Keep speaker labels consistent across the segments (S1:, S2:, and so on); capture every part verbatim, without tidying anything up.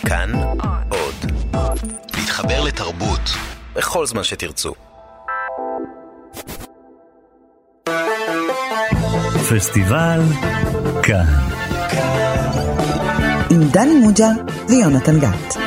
S1: כאן עוד. להתחבר לתרבות בכל זמן שתרצו.
S2: פסטיבל כאן.
S3: עם דני מוג'ה ויונתן גת.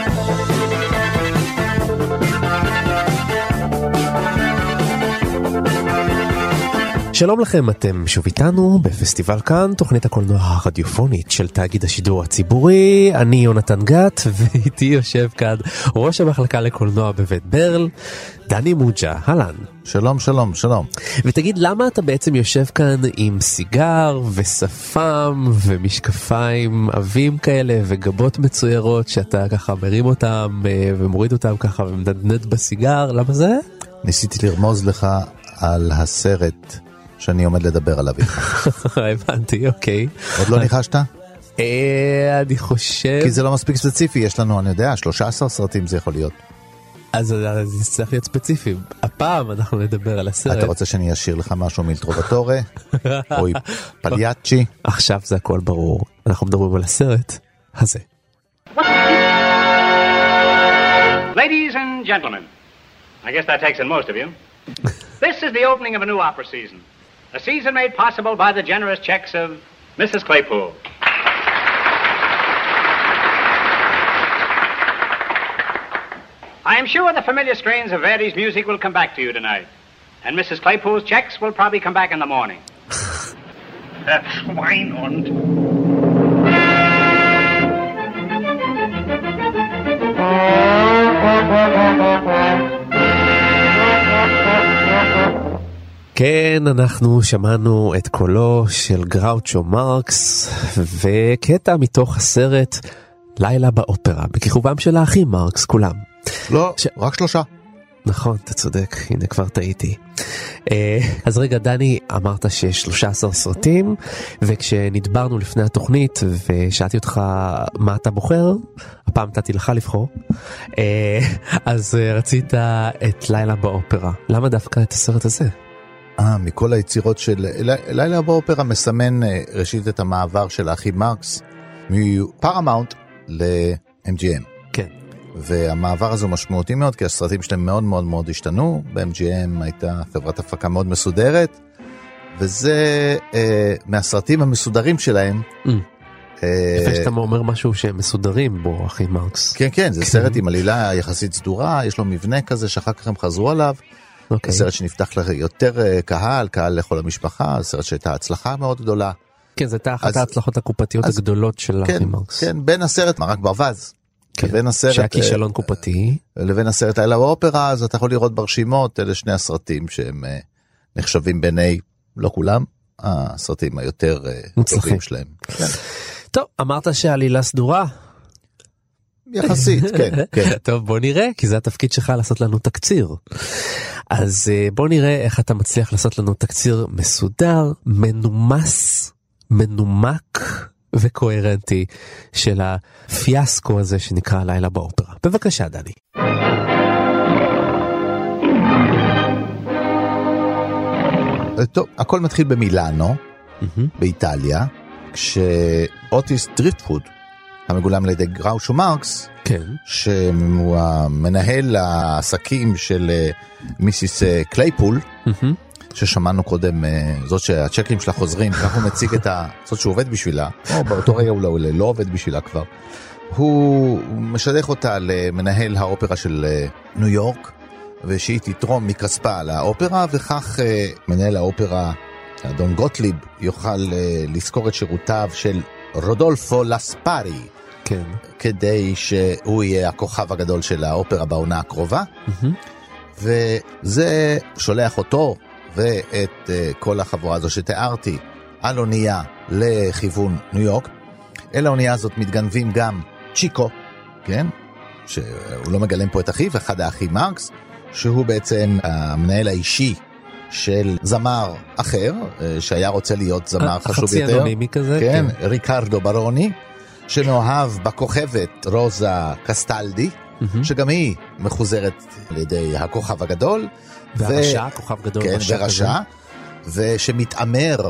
S4: שלום לכם, אתם שוב איתנו בפסטיבל כאן, תוכנית הקולנוע הרדיופונית של תאגיד השידור הציבורי. אני יונתן גת, ואיתי יושב כאן ראש המחלקה לקולנוע בבית ברל, דני מוג'ה. הלן.
S5: שלום, שלום, שלום.
S4: ותגיד, למה אתה בעצם יושב כאן עם סיגר ושפם ומשקפיים עבים כאלה וגבות מצוירות שאתה ככה מרים אותם ומוריד אותם ככה ומנדנד בסיגר? למה זה?
S5: ניסיתי לרמוז לך על הסרט שאני עומד לדבר עליו.
S4: הבנתי, אוקיי.
S5: עוד לא ניחשת?
S4: אה, אני חושב...
S5: כי זה לא מספיק ספציפי, יש לנו, אני יודע, שלושה עשר סרטים זה יכול להיות.
S4: אז זה צריך להיות ספציפי. הפעם אנחנו נדבר על הסרט.
S5: אתה רוצה שאני אשאיר לך משהו מילטרובטורה? או פליאצ'י?
S4: עכשיו זה הכל ברור. אנחנו מדברים על הסרט הזה.
S6: Ladies and gentlemen, I guess that takes in most of you. This is the opening of a new opera season. A season made possible by the generous checks of Missus Claypool. I am sure the familiar strains of Verdi's music will come back to you tonight. And Missus Claypool's checks will probably come back in the morning. That Schweinhund.
S4: כן, אנחנו שמענו את קולו של גראוצ'ו מרקס, וקטע מתוך הסרט לילה באופרה, בכיכובם של האחים מרקס, כולם.
S5: לא, ש... רק שלושה.
S4: נכון, אתה צודק, הנה כבר טעיתי. אז רגע, דני, אמרת שיש שלושה עשר סרטים, וכשנדברנו לפני התוכנית, ושאלתי אותך מה אתה בוחר, הפעם נתתי לך לבחור, אז רצית את לילה באופרה. למה דווקא את הסרט הזה?
S5: אה, מכל היצירות של... לילה באופרה מסמן ראשית את המעבר של האחים מרקס מפרמאונט ל-אם ג'י אם.
S4: כן.
S5: והמעבר הזה הוא משמעותי מאוד, כי הסרטים שלהם מאוד מאוד מאוד השתנו. ב-אם ג'י אם הייתה חברת הפקה מאוד מסודרת, וזה אה, מהסרטים המסודרים שלהם.
S4: Mm. אה, יפה שאתה אומר משהו שהם מסודרים בו, אחים מרקס.
S5: כן, כן, זה סרט עם עלילה יחסית סדורה, יש לו מבנה כזה שאחר כך הם חזרו עליו. Okay. סרט שנפתח ליותר קהל, קהל לכל המשפחה, סרט שהייתה הצלחה מאוד גדולה.
S4: כן, זו הייתה אחת ההצלחות הקופתיות אז, הגדולות של
S5: כן,
S4: האחים מרקס.
S5: כן, בין הסרט מרק ברווז,
S4: כן,
S5: לבין הסרט...
S4: שהיה כישלון קופתי.
S5: לבין הסרט לילה באופרה, אז אתה יכול לראות ברשימות, אלה שני הסרטים שהם נחשבים ביני, לא כולם, הסרטים היותר טובים שלהם. כן.
S4: טוב, אמרת שהעלילה סדורה.
S5: יחסית, כן, כן.
S4: טוב, בוא נראה, כי זה התפקיד שלך לעשות לנו תקציר. אז בוא נראה איך אתה מצליח לעשות לנו תקציר מסודר, מנומס, מנומק וקוהרנטי של הפיאסקו הזה שנקרא לילה באופרה. בבקשה, דני.
S5: טוב, הכל מתחיל במילאנו, באיטליה, כשאוטיס דריפטווד, המגולם לידי גראוצ'ו מרקס,
S4: כן.
S5: שהוא המנהל העסקים של מיסיס קלייפול, mm-hmm. ששמענו קודם, זאת שהצ'קים שלה חוזרים, כך הוא מציג את ה... זאת שהוא עובד בשבילה, או באותו רגע הוא לא, לא עובד בשבילה כבר. הוא משדך אותה למנהל האופרה של ניו יורק, ושהיא תתרום מכספה לאופרה, וכך מנהל האופרה, אדון גוטליב, יוכל לזכור את שירותיו של רודולפו לספארי,
S4: כן.
S5: כדי שהוא יהיה הכוכב הגדול של האופרה בעונה הקרובה, mm-hmm. וזה שולח אותו ואת uh, כל החבורה הזו שתיארתי על אונייה לכיוון ניו יורק. אל האונייה הזאת מתגנבים גם צ'יקו, כן? שהוא לא מגלם פה את אחיו, אחד האחים מרקס, שהוא בעצם המנהל האישי של זמר אחר, שהיה רוצה להיות זמר חשוב יותר.
S4: חצי אנונימי כזה.
S5: כן, כן. ריקרדו ברוני, שמאוהב בכוכבת רוזה קסטלדי, mm-hmm. שגם היא מחוזרת על ידי הכוכב הגדול.
S4: והרשע, ו... כוכב גדול.
S5: כן, ורשע, ושמתאמר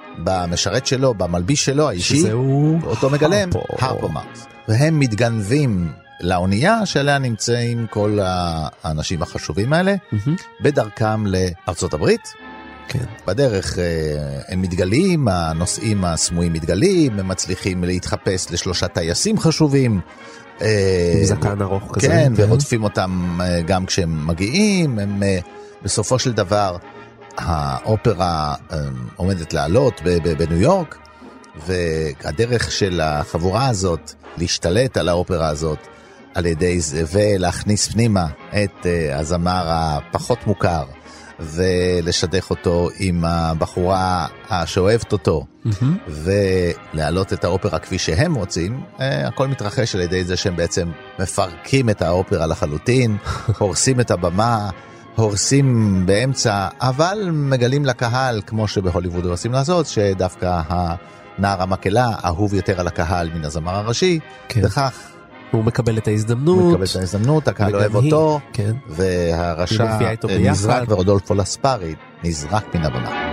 S5: במשרת שלו, במלביש שלו האישי,
S4: שזהו
S5: אותו מגלם,
S4: הרפו.
S5: הרפו מרקס. והם מתגנבים לאונייה שעליה נמצאים כל האנשים החשובים האלה,
S4: Mm-hmm.
S5: בדרכם לארצות הברית.
S4: כן.
S5: בדרך הם מתגלים, הנוסעים הסמויים מתגלים, הם מצליחים להתחפש לשלושה טייסים חשובים.
S4: עם זקן ארוך כזה.
S5: כן, ורודפים אותם גם כשהם מגיעים. הם בסופו של דבר, האופרה עומדת לעלות בניו יורק, והדרך של החבורה הזאת להשתלט על האופרה הזאת על ידי זה, ולהכניס פנימה את הזמר הפחות מוכר, ולשדך אותו עם הבחורה שאוהבת אותו, mm-hmm. ולהעלות את האופרה כפי שהם רוצים, הכל מתרחש על ידי זה שהם בעצם מפרקים את האופרה לחלוטין, הורסים את הבמה, הורסים באמצע, אבל מגלים לקהל, כמו שבהוליווד רוצים לעשות, שדווקא הנער המקהלה אהוב יותר על הקהל מן הזמר הראשי, כן. וכך
S4: הוא מקבל את ההזדמנות,
S5: הוא מקבל את ההזדמנות, הקהל אוהב היא, אותו,
S4: כן.
S5: והרשע נזרק, ורודולפו לספרי נזרק מן הבמה.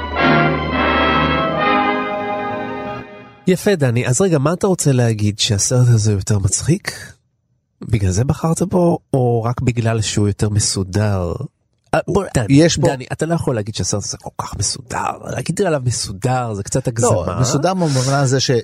S4: יפה דני, אז רגע, מה אתה רוצה להגיד, שהסרט הזה יותר מצחיק? בגלל זה בחרת בו, או רק בגלל שהוא יותר מסודר? בוא, דני, דני, אתה לא יכול להגיד שהסרט הזה כל כך מסודר, להגיד עליו מסודר, זה קצת הגזמה.
S5: לא, מסודר במובן הזה ש...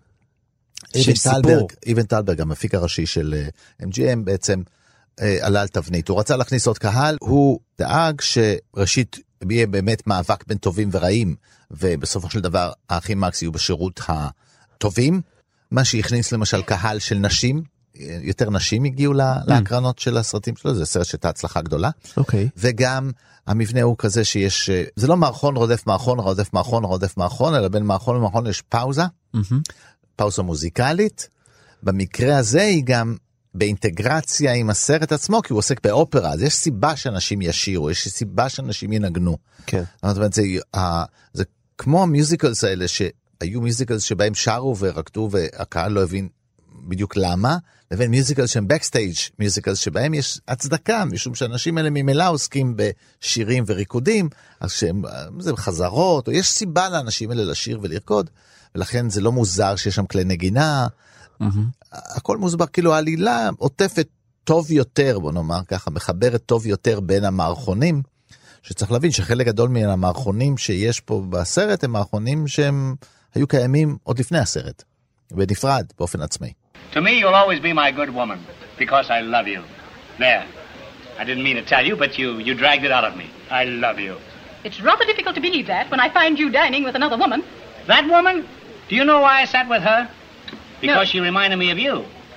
S5: איבן טלברג, המפיק הראשי של אם ג'י אם, בעצם עלה על תבנית. הוא רצה להכניס עוד קהל, הוא דאג שראשית יהיה באמת מאבק בין טובים ורעים, ובסופו של דבר האחים מרקס יהיו בשירות הטובים, מה שהכניס למשל קהל של נשים, יותר נשים הגיעו להקרנות של הסרטים שלו, זה סרט שהייתה הצלחה גדולה, וגם המבנה הוא כזה שיש, זה לא מערכון רודף מערכון, רודף מערכון, רודף מערכון, אלא בין מערכון למערכון יש פאוזה, פאוזה מוזיקלית, במקרה הזה היא גם באינטגרציה עם הסרט עצמו, כי הוא עוסק באופרה, אז יש סיבה שאנשים ישירו, יש סיבה שאנשים ינגנו. כן. זאת אומרת, זה, זה כמו המיוזיקלס האלה, שהיו מיוזיקלס שבהם שרו ורקדו, והקהל לא הבין בדיוק למה, לבין מיוזיקלס שהם בקסטייג' מיוזיקלס שבהם יש הצדקה, משום שאנשים האלה ממילא עוסקים בשירים וריקודים, אז שהם, זה חזרות, או יש סיבה לאנשים האלה לשיר ולרקוד, ולכן זה לא מוזר שיש שם כלי נגינה, mm-hmm. הכל מוסבר, כאילו העלילה עוטפת טוב יותר, בוא נאמר ככה, מחברת טוב יותר בין המערכונים, שצריך להבין שחלק גדול מן המערכונים שיש פה בסרט, הם מערכונים שהם היו קיימים עוד לפני הסרט, בנפרד, באופן עצמי.
S6: To me, you'll always be my good woman, because I love you. There. I didn't mean to tell you, but you, you dragged it out of me. I love you.
S7: It's rather difficult to believe that when I find you dining with another woman.
S6: That woman? Do you know why I sat with her? Because
S7: No.
S6: she reminded me of you.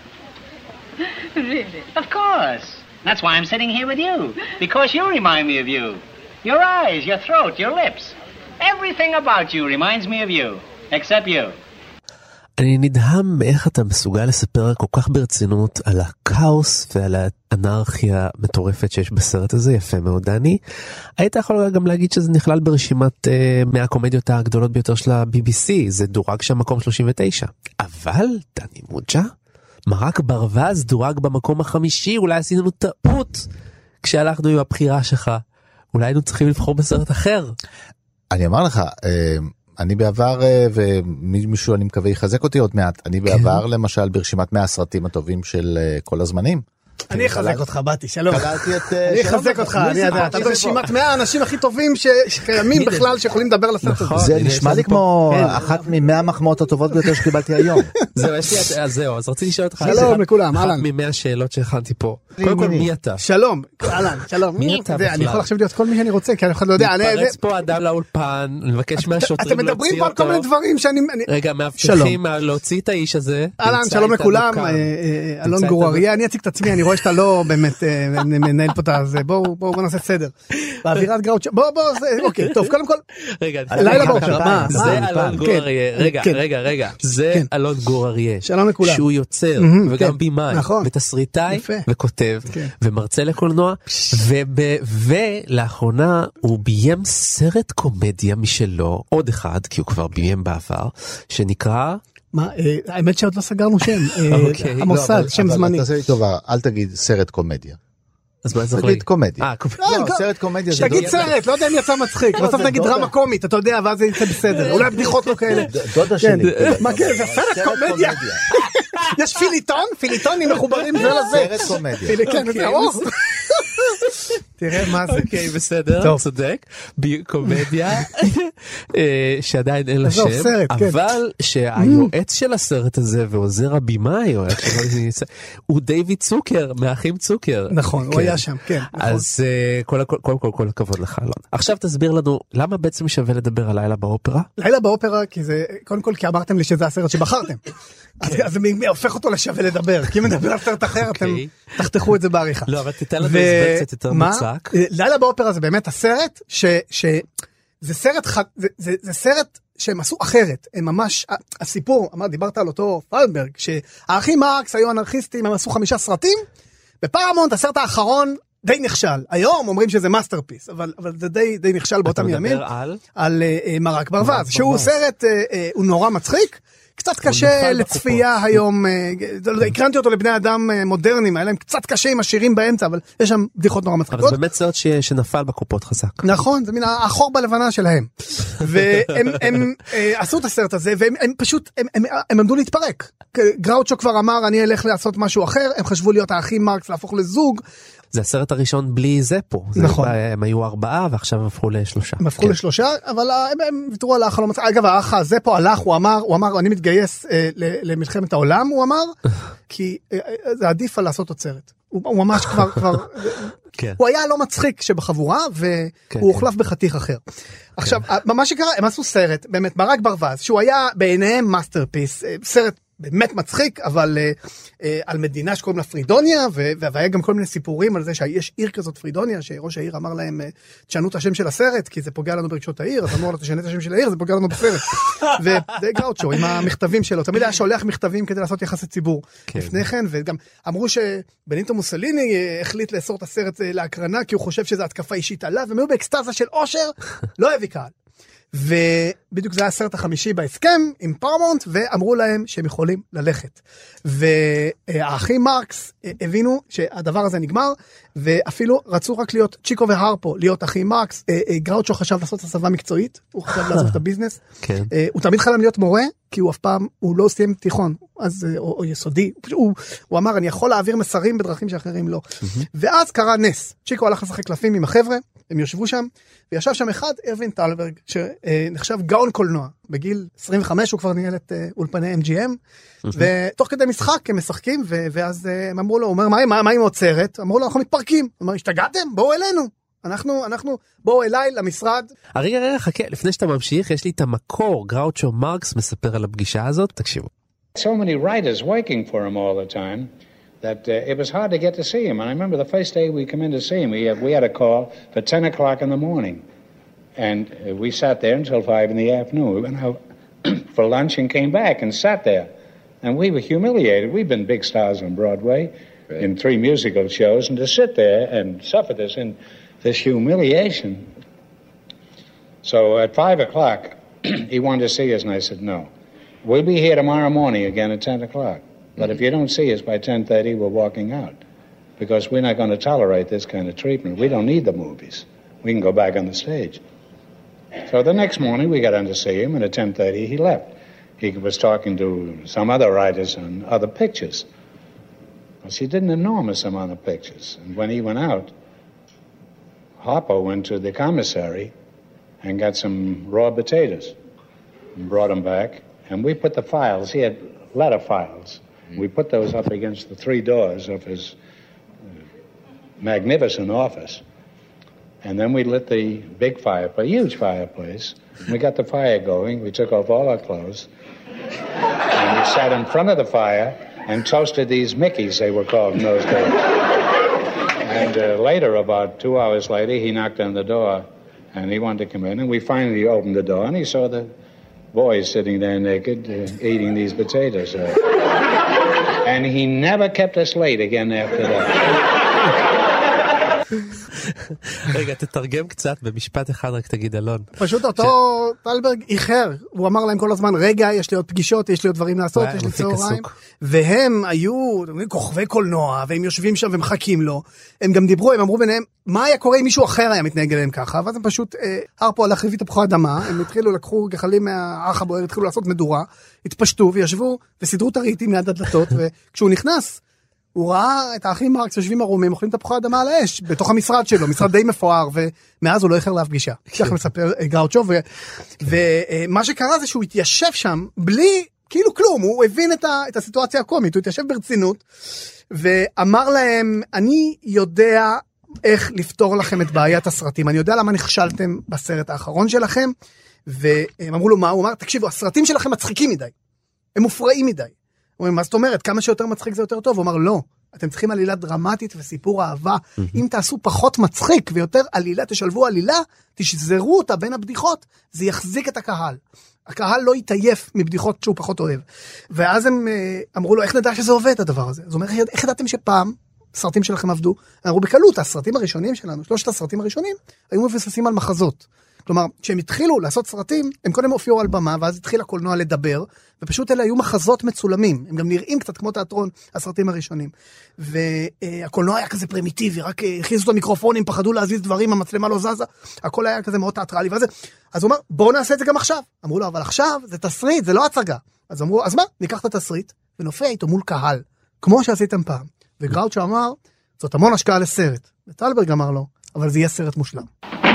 S7: Really?
S6: Of course. That's why I'm sitting here with you. Because you remind me of you. Your eyes, your throat, your lips. Everything about you reminds me of you. Except you.
S4: אני נדהם מאיך אתה מסוגל לספר כל כך ברצינות על הכאוס ועל האנרכיה מטורפת שיש בסרט הזה. יפה מאוד דני. היית יכול גם להגיד שזה נכלל ברשימת uh, מהקומדיות הגדולות ביותר של ה-בי בי סי, זה דורג שם מקום שלושים ותשע. אבל דני מוג'ה, מרק ברווז דורג במקום החמישי, אולי עשינו טעות כשהלכנו עם הבחירה שלך, אולי היינו צריכים לבחור בסרט אחר.
S5: אני אמר לך, אני בעבר, ומישהו אני מקווה יחזק אותי עוד מעט, אני בעבר למשל ברשימת מאה הסרטים הטובים של כל הזמנים.
S8: אני אחזק אותך, באתי, שלום.
S5: קלטתי את...
S8: אני אחזק אותך, אני יודע, אתה ברשימת מאה האנשים הכי טובים שקיימים בכלל, שיכולים לדבר לסרט הזה.
S5: זה נשמע לי כמו אחת ממאה המחמאות הטובות ביותר שקיבלתי היום.
S4: זהו, יש לי, אז זהו, אז רציתי לשאול אותך.
S8: שלום לכולם, אהלן.
S4: אחת ממאה השאלות שהכנתי פה. קודם כל, מי אתה?
S8: שלום, אהלן, שלום.
S4: מי אתה בכלל?
S8: אני יכול עכשיו להיות כל מי שאני רוצה, כי אני אחד לא יודע.
S4: מתפרץ פה אדם לאולפן, לבקש מהשוטרים
S8: אתם מדברים פה על כל מיני דברים שאני...
S4: רגע, מאבטחים, להוציא את האיש הזה.
S8: אהלן, שלום לכולם, אלון גורריה, אני אציג את עצמי, אני רואה שאתה לא באמת מנהל פה את זה, בואו בואו נעשה סדר. באווירת גראוצ'ה, בואו בואו, אוקיי, טוב, קודם כל,
S4: רגע,
S8: לילה בוקר, מה?
S4: זה אלון גורריה, רגע, רגע, רגע, זה אלון גורריה,
S8: שלום לכולם.
S4: שהוא יוצר, וגם בימאי, ותסריטאי, וכותב, ומרצה לקולנוע, ולאחרונה הוא ביים סרט קומדיה משלו, עוד אחד, כי הוא כבר ביים בעבר, שנקרא...
S8: מה, האמת שעוד לא סגרנו שם, המוסד, שם זמני.
S5: אבל תעשה לי טובה, אל תגיד סרט קומדיה.
S4: אז מה צריך
S5: תגיד קומדיה.
S4: אה,
S5: לא, סרט קומדיה זה...
S8: תגיד סרט, לא יודע אם יצא מצחיק, בסוף נגיד דרמה קומית, אתה יודע, ואז זה יצא בסדר, אולי בדיחות לא כאלה.
S5: דודה שלי.
S8: מה כן, זה סרט קומדיה. יש פיליטון, פיליטונים מחוברים זה לזה.
S5: סרט קומדיה.
S8: כן, זה ארוך. תראה מה זה.
S4: אוקיי, בסדר, צודק. קומדיה, שעדיין אין לה שם, אבל שהיועץ של הסרט הזה ועוזר הבימאי, הוא דיוויד צוקר, מאחים צוקר.
S8: נכון, הוא היה שם, כן.
S4: אז קודם כל, כל הכבוד לך, אלון. עכשיו תסביר לנו, למה בעצם שווה לדבר על לילה באופרה?
S8: לילה באופרה, כי זה, קודם כל, כי אמרתם לי שזה הסרט שבחרתם. אז זה הופך אותו לשווה לדבר, כי אם נדבר על סרט אחר, אתם תחתכו את זה בעריכה.
S4: לא, אבל תיתן לנו הסבר קצת יותר מוצק.
S8: לילה באופרה זה באמת הסרט, שזה סרט, זה סרט שהם עשו אחרת, הם ממש, הסיפור, דיברת על אותו פלנברג, שהאחים מרקס היו אנרכיסטים, הם עשו חמישה סרטים, בפרמונט, הסרט האחרון די נכשל. היום אומרים שזה מאסטרפיס, אבל, אבל זה די, די נכשל באותם ימים.
S4: אתה מדבר על?
S8: על uh, מרק ברווז, שהוא סרט, uh, uh, הוא נורא מצחיק, קצת קשה לצפייה היום, הקרנתי אותו לבני אדם מודרניים, היה להם קצת קשה עם השירים באמצע, אבל יש שם בדיחות נורא מצחיקות.
S4: אבל זה באמת סרט שנפל בקופות חזק.
S8: נכון, זה מין החור בלבנה שלהם. והם עשו את הסרט הזה, והם פשוט, הם עמדו להתפרק. גראוצ'ו כבר אמר, אני אלך לעשות משהו אחר, הם חשבו להיות האחים מרקס, להפוך לזוג.
S4: זה הסרט הראשון בלי זה פה.
S8: נכון.
S4: הם היו ארבעה ועכשיו הפכו לשלושה.
S8: הם הפכו לשלושה, אבל הם ויתרו על החלום. אגב, האח הזה פה הלך, הוא אמר, הוא אמר, אני מתגייס למלחמת העולם, הוא אמר, כי זה עדיף על לעשות תוצרת. הוא ממש כבר, כבר, הוא היה לא מצחיק שבחבורה, והוא הוחלף בחתיך אחר. עכשיו, מה שקרה, הם עשו סרט, באמת, מרק ברווז, שהוא היה בעיניהם מאסטרפיס, סרט באמת מצחיק, אבל uh, uh, על מדינה שקוראים לה פרידוניה, והיה גם כל מיני סיפורים על זה שיש עיר כזאת פרידוניה, שראש העיר אמר להם, uh, תשנו את השם של הסרט, כי זה פוגע לנו ברגשות העיר, אז אמרו לו, תשנה את השם של העיר, זה פוגע לנו בסרט. וזה גראוצ'ו, עם המכתבים שלו, תמיד היה שולח מכתבים כדי לעשות יחסי ציבור. כן. לפני כן, וגם אמרו שבניטו מוסליני החליט לאסור את הסרט להקרנה, כי הוא חושב שזה התקפה אישית עליו, והם היו באקסטאזה של אושר, לא הביא קהל. ובדיוק זה היה הסרט החמישי בהסכם עם פרמונט, ואמרו להם שהם יכולים ללכת. והאחים מרקס הבינו שהדבר הזה נגמר, ואפילו רצו רק להיות צ'יקו והרפו, להיות אחים מרקס. גראוצ'ו חשב לעשות הסבה מקצועית, הוא חשב לעזוב את הביזנס.
S4: כן.
S8: הוא תמיד חלם להיות מורה, כי הוא אף פעם, הוא לא סיים תיכון, אז, או, או יסודי. הוא, הוא אמר, אני יכול להעביר מסרים בדרכים שאחרים לא. ואז קרה נס. צ'יקו הלך לשחק קלפים עם החבר'ה, הם יושבו שם, וישב שם אחד, ארווין טלברג, שנחשב גאון קולנוע. בגיל עשרים וחמש הוא כבר ניהל את אולפני אם ג'י אם, ותוך כדי משחק הם משחקים, ואז הם אמרו לו, הוא אומר, מה, מה עם עוד סרט? אמרו לו, אנחנו מתפרקים. הוא אומר, השתגעתם? בואו אלינו. אנחנו, אנחנו, בואו אליי למשרד.
S4: הרגע, רגע, חכה, לפני שאתה ממשיך, יש לי את המקור, גראוצ'ו מרקס מספר על הפגישה הזאת, תקשיבו.
S9: So many writers working for him all the time, that uh, it was hard to get to see him. And I remember the first day we come in to see him, we, have, we had a call for ten o'clock in the morning. And uh, we sat there until five in the afternoon. We went out for lunch and came back and sat there. And we were humiliated. We've been big stars on Broadway right. in three musical shows. And to sit there and suffer this in this humiliation. So at five o'clock, he wanted to see us, and I said, no. We'll be here tomorrow morning again at ten o'clock. But if you don't see us by ten thirty, we're walking out. Because we're not going to tolerate this kind of treatment. We don't need the movies. We can go back on the stage. So the next morning, we got on to see him, and at ten thirty, he left. He was talking to some other writers on other pictures. Because he did an enormous amount of pictures. And when he went out, Harpo went to the commissary and got some raw potatoes and brought them back. And we put the files, he had letter files. We put those up against the three doors of his magnificent office. And then we lit the big fireplace, huge fireplace. We got the fire going. We took off all our clothes. And we sat in front of the fire and toasted these Mickeys, they were called in those days. And uh, later, about two hours later, he knocked on the door. And he wanted to come in. And we finally opened the door, and he saw the boys sitting there naked, uh, eating these potatoes. Uh, and he never kept us late again after that.
S4: רגע, תתרגם קצת במשפט אחד, רק תגיד אלון.
S8: פשוט אותו טלברג איחר, הוא אמר להם כל הזמן, רגע, יש לי עוד פגישות, יש לי עוד דברים לעשות, יש לי צהריים, והם היו כוכבי קולנוע, והם יושבים שם ומחכים לו, הם גם דיברו, הם אמרו ביניהם, מה היה קורה אם מישהו אחר היה מתנהג אליהם ככה, ואז הם פשוט, הרפו הלך הביא תפוחי אדמה, הם התחילו, לקחו גחלים מהאח הבוער, התחילו לעשות מדורה, התפשטו וישבו וסידרו את הרהיטים ליד הדלתות, וכשהוא נכנס, הוא ראה את האחים מרקס יושבים ערומים, אוכלים תפוחי אדמה על האש, בתוך המשרד שלו, משרד די מפואר, ומאז הוא לא איחר לפגישה. כך מספר גראוצ'ו, ומה שקרה זה שהוא התיישב שם, בלי, כאילו כלום, הוא הבין את הסיטואציה הקומית, הוא התיישב ברצינות, ואמר להם, אני יודע איך לפתור לכם את בעיית הסרטים, אני יודע למה נכשלתם בסרט האחרון שלכם, והם אמרו לו מה, הוא אמר, תקשיבו, הסרטים שלכם מצחיקים מדי, הם מופרעים מדי. הוא אומר, מה זאת אומרת? כמה שיותר מצחיק זה יותר טוב. הוא אמר, לא, אתם צריכים עלילה דרמטית וסיפור אהבה. Mm-hmm. אם תעשו פחות מצחיק ויותר עלילה, תשלבו עלילה, תשזרו אותה בין הבדיחות, זה יחזיק את הקהל. הקהל לא יתעייף מבדיחות שהוא פחות אוהב. ואז הם אמרו לו, איך נדע שזה עובד הדבר הזה? זאת אומרת, איך ידעתם שפעם סרטים שלכם עבדו? אמרו, בקלות, הסרטים הראשונים שלנו, שלושת הסרטים הראשונים, היו מבססים על מחזות. כלומר, כשהם התחילו לעשות סרטים, הם קודם הופיעו על במה, ואז התחיל הקולנוע לדבר, ופשוט אלה היו מחזות מצולמים, הם גם נראים קצת כמו תיאטרון, הסרטים הראשונים. והקולנוע היה כזה פרימיטיבי, רק הכניסו את המיקרופונים, פחדו להזיז דברים, המצלמה לא זזה, הכל היה כזה מאוד תיאטרלי, ואז, אז הוא אמר, בואו נעשה את זה גם עכשיו. אמרו לו, אבל עכשיו זה תסריט, זה לא הצגה. אז אמרו, אז מה? ניקח את התסריט, ונופיע איתו מול קהל, כמו שעשיתם פעם. וגראוצ'ו אמר, זאת המון השקעה לסרט. וטלברג אמר לו, אבל זה יהיה סרט מושלם.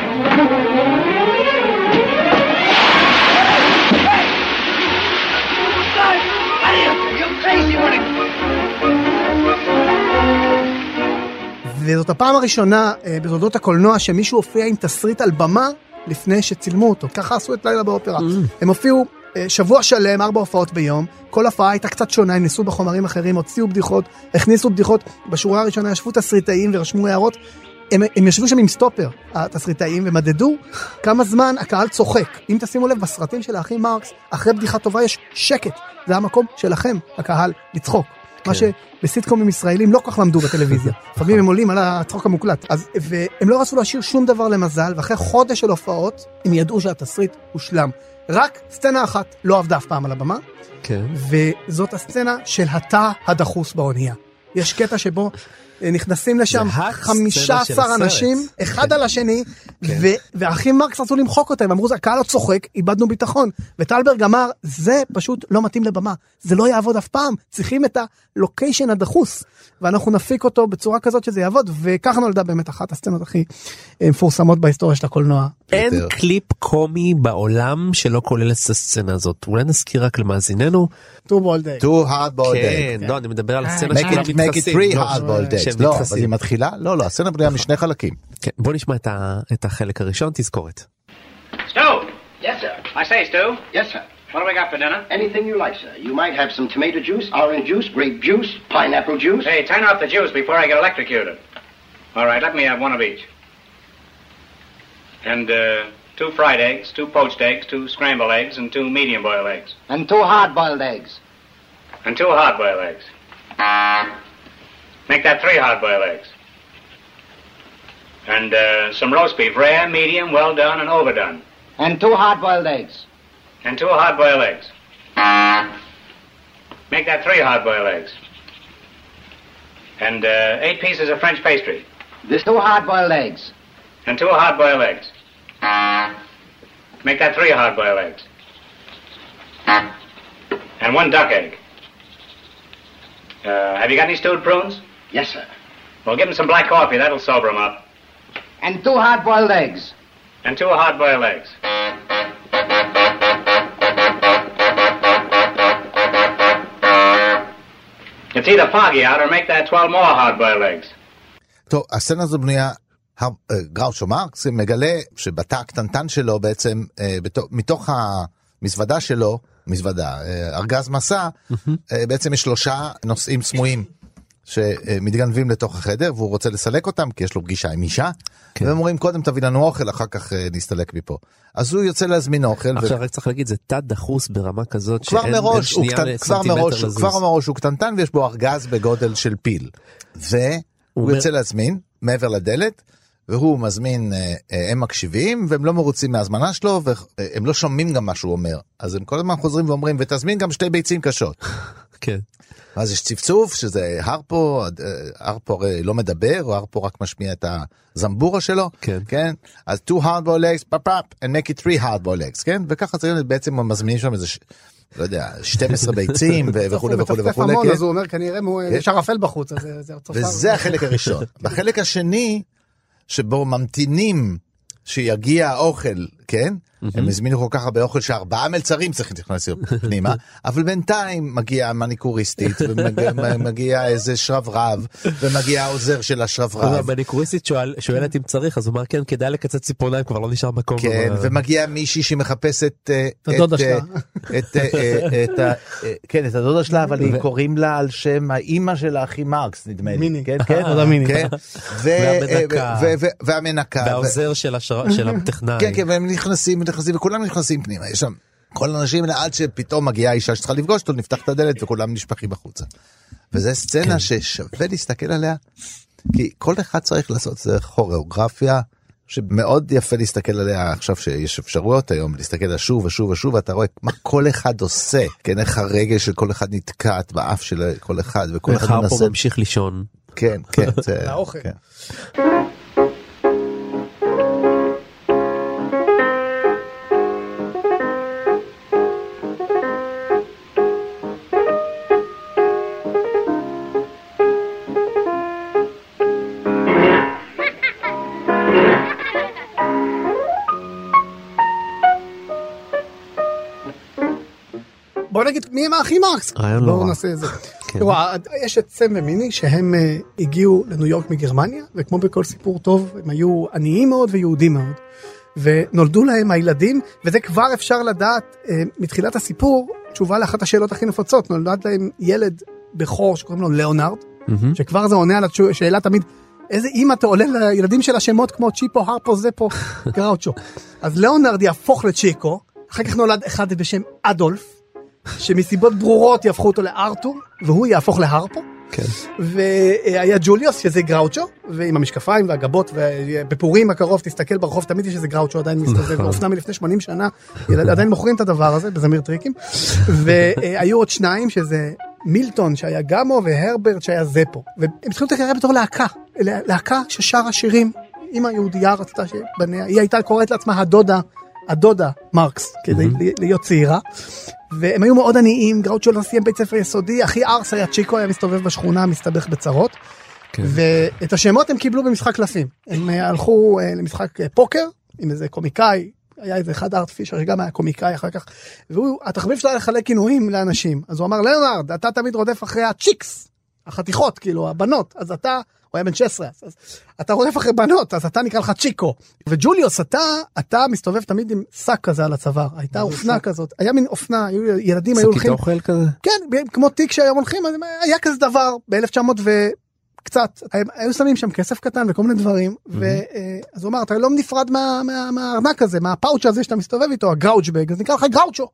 S8: וזאת הפעם הראשונה בתולדות הקולנוע שמישהו הופיע עם תסריט על במה לפני שצילמו אותו. ככה עשו את לילה באופרה. הם הופיעו שבוע שלם, ארבע הופעות ביום, כל הופעה הייתה קצת שונה, הם ניסו בחומרים אחרים, הוציאו בדיחות, הכניסו בדיחות, בשורה הראשונה ישבו תסריטאים ורשמו הערות, הם, הם ישבו שם עם סטופר, התסריטאים, ומדדו כמה זמן הקהל צוחק. אם תשימו לב, בסרטים של האחים מרקס, אחרי בדיחה טובה יש שקט. זה המקום שלכם, הקהל, לצחוק. מה שבסיטקומים ישראלים לא כך למדו בטלוויזיה. לפעמים הם עולים על הצחוק המוקלט. אז, והם לא רצו להשאיר שום דבר למזל, ואחרי חודש של הופעות, הם ידעו שהתסריט הושלם. רק סצנה אחת לא עבדה אף פעם על הבמה, כן. וזאת הסצנה של התא הדחוס באונייה. יש קטע שבו נכנסים לשם חמישה עשר אנשים, אחד על השני, והאחים מרקס רצו למחוק אותם, אמרו, הקהל לא צוחק, איבדנו ביטחון, וטלברג אמר, זה פשוט לא מתאים לבמה, זה לא יעבוד אף פעם, צריכים את הלוקיישן הדחוס, ואנחנו נפיק אותו בצורה כזאת שזה יעבוד, וככה נולדה באמת אחת הסצנות הכי מפורסמות בהיסטוריה של הקולנוע.
S4: אין קליפ קומי בעולם שלא כולל את הסצנה הזאת, אולי נזכיר רק למאזיננו,
S8: Two Boiled Eggs.
S5: Two Hard Boiled
S4: Eggs. כן, לא, אני מדבר על הסצנה של
S5: המתחסים. Make it three Hard Boiled Eggs. לא, אבל היא מתחילה? לא, לא, הסצנה בנויה משני חלקים.
S4: כן, בוא נשמע את החלק הראשון, תזכורת.
S6: Stu!
S10: Yes, sir.
S6: I say, Stu.
S10: Yes, sir.
S6: What do we got for dinner?
S10: Anything you like, sir. You might have some tomato juice, orange juice, grape juice, pineapple juice.
S6: Hey, turn off the juice before I get electrocuted. All right, let me have one of each. And, uh... two fried eggs, two poached eggs, two scrambled eggs, and two medium-boiled eggs.
S10: And two hard-boiled eggs.
S6: And two hard-boiled eggs. Make that three hard-boiled eggs. And uh, some roast beef, rare, medium, well done, and overdone.
S10: And two hard-boiled eggs.
S6: And two hard-boiled eggs. Make that three hard-boiled eggs. And uh, eight pieces of French pastry.
S10: This two hard-boiled eggs.
S6: And two hard-boiled eggs. Make that three hard-boiled eggs. And one duck egg. Uh, have you got any stewed prunes?
S10: Yes, sir.
S6: Well, give them some black coffee. That'll sober them up.
S10: And two hard-boiled eggs.
S6: And two hard-boiled eggs. It's either foggy out or make that twelve more hard-boiled eggs.
S5: טוב, הסצנה הזו בנויה, גראוצ'ו מרקס מגלה שבתא הקטנטן שלו בעצם, מתוך המזוודה שלו, מזוודה, ארגז מסע, בעצם יש שלושה נושאים סמויים שמתגנבים לתוך החדר, והוא רוצה לסלק אותם, כי יש לו פגישה עם אישה, והם אומרים, קודם תביא לנו אוכל, אחר כך נסתלק מפה. אז הוא יוצא להזמין אוכל.
S4: עכשיו רק צריך להגיד, זה תא דחוס ברמה כזאת,
S5: כבר מראש, כבר מראש הוא קטנטן, ויש בו ארגז בגודל של פיל. והוא יוצא להזמין, מעבר לדלת, והוא מזמין, הם מקשיבים, והם לא מרוצים מהזמנה שלו, והם לא שומעים גם מה שהוא אומר. אז הם כל הזמן חוזרים ואומרים, ותזמין גם שתי ביצים קשות.
S4: כן.
S5: אז יש צפצוף, שזה הרפו, הרפו הרי לא מדבר, או הרפו רק משמיע את הזמבורה שלו,
S4: כן.
S5: כן? אז two hardball eggs, פאפ פאפ, and make it three hardball eggs, כן? וככה זה בעצם מזמינים שם איזה, לא יודע, שתים עשרה ביצים, וכו' וכו' וכו'.
S8: אז הוא אומר, כנראה, יש ערפל בחוץ,
S5: וזה החלק הראשון. בחלק השני, שבו ממתינים שיגיע האוכל, כן? הם הזמינו כל כך הרבה אוכל שארבעה מלצרים צריכים להכניס פנימה, אבל בינתיים מגיעה מניקוריסטית, ומגיע איזה שרברב, ומגיע העוזר של השרברב.
S4: המניקוריסטית שואלת אם צריך, אז הוא אומר, כן, כדאי לקצת ציפורניים, כבר לא נשאר מקום.
S5: כן, ומגיע מישהי שמחפשת
S8: את הדודה שלה.
S5: כן, את הדודה שלה, אבל היא קוראים לה על שם האימא של האחי מרקס, נדמה לי.
S8: מיני.
S5: כן, כן. והמנקה.
S4: והעוזר של הטכנאי.
S5: כן, כן, והם נכנסים, נכנסים, וכולם נכנסים פנימה. יש שם כל האנשים, עד שפתאום מגיעה אישה שצריכה לפגוש אותו, נפתח את הדלת וכולם נשפכים החוצה. וזו סצנה ששווה להסתכל עליה, כי כל אחד צריך לעשות זה כוריאוגרפיה, שמאוד יפה להסתכל עליה עכשיו שיש אפשרויות היום, להסתכל עליה שוב ושוב ושוב, ואתה רואה מה כל אחד עושה, כן, איך הרגל של כל אחד נתקעת באף של כל אחד, וכל אחד מנסה...
S4: ואחר פה ממשיך לישון.
S5: כן, כן.
S8: לאוכל. בוא נגיד מי הם האחים מרקס? בואו נעשה את זה. יש את סם ומיני שהם הגיעו לניו יורק מגרמניה, וכמו בכל סיפור טוב הם היו עניים מאוד ויהודים מאוד, ונולדו להם הילדים, וזה כבר אפשר לדעת מתחילת הסיפור, תשובה לאחת השאלות הכי נפוצות, נולד להם ילד בכור שקוראים לו ליאונרד, שכבר זה עונה על השאלה תמיד, איזה אימא אתה עולה לילדים של השמות כמו צ'יפו, הרפו, זפו, גראוצ'ו. אז ליאונרד יהפוך לצ'יקו, אחר כך נולד אחד בשם אדולף, שמסיבות ברורות יהפכו אותו לארתור, והוא יהפוך להרפו.
S4: כן.
S5: והיה ג'וליוס, שזה גראוצ'ו, ועם המשקפיים והגבות, ובפורים הקרוב תסתכל ברחוב, תמיד יש איזה גראוצ'ו עדיין מסתובב, ואופנה מלפני שמונים שנה, עדיין מוכרים את הדבר הזה, בזמיר טריקים. והיו עוד שניים, שזה מילטון, שהיה גמו, והרברט, שהיה זפו. והם התחילו לקרוא בתור להקה, להקה ששרה שירים, אמא יהודייה רצתה שבניה, היא הייתה קוראת לעצמה הדודה, הדודה מרקס, כדי להיות צעירה. והם היו מאוד עניים, גראוצ'ו לא סיים בית ספר יסודי, אחי ארס היה צ'יקו, היה מסתובב בשכונה, מסתבך בצרות, כן. ואת השמות הם קיבלו במשחק קלפים, הם הלכו למשחק פוקר, עם איזה קומיקאי, היה איזה אחד ארט פישר, שגם היה קומיקאי אחר כך, והוא, התחביב שלו היה לחלק כינויים לאנשים, אז הוא אמר, ליאונרד, אתה תמיד רודף אחרי הצ'יקס, החתיכות, כאילו, הבנות, אז אתה, הוא היה בן שש עשרה, אז אתה רודף אחרי בנות, אז אתה נקרא לך צ'יקו. וג'וליוס, אתה, אתה מסתובב תמיד עם שק כזה על הצוואר, הייתה אופנה כזאת, היה מין אופנה, היו ילדים, היו הולכים...
S4: שקית אוכל כזה?
S5: כן, כמו תיק שהיום הולכים, היה כזה דבר, ב-אלף תשע מאות וקצת, היו שמים שם כסף קטן וכל מיני דברים, ואז הוא אמר, אתה לא נפרד מהארנק הזה, מהפאוץ' הזה שאתה מסתובב איתו, הגראוצ'בג, אז נקרא לך גראוצ'ו.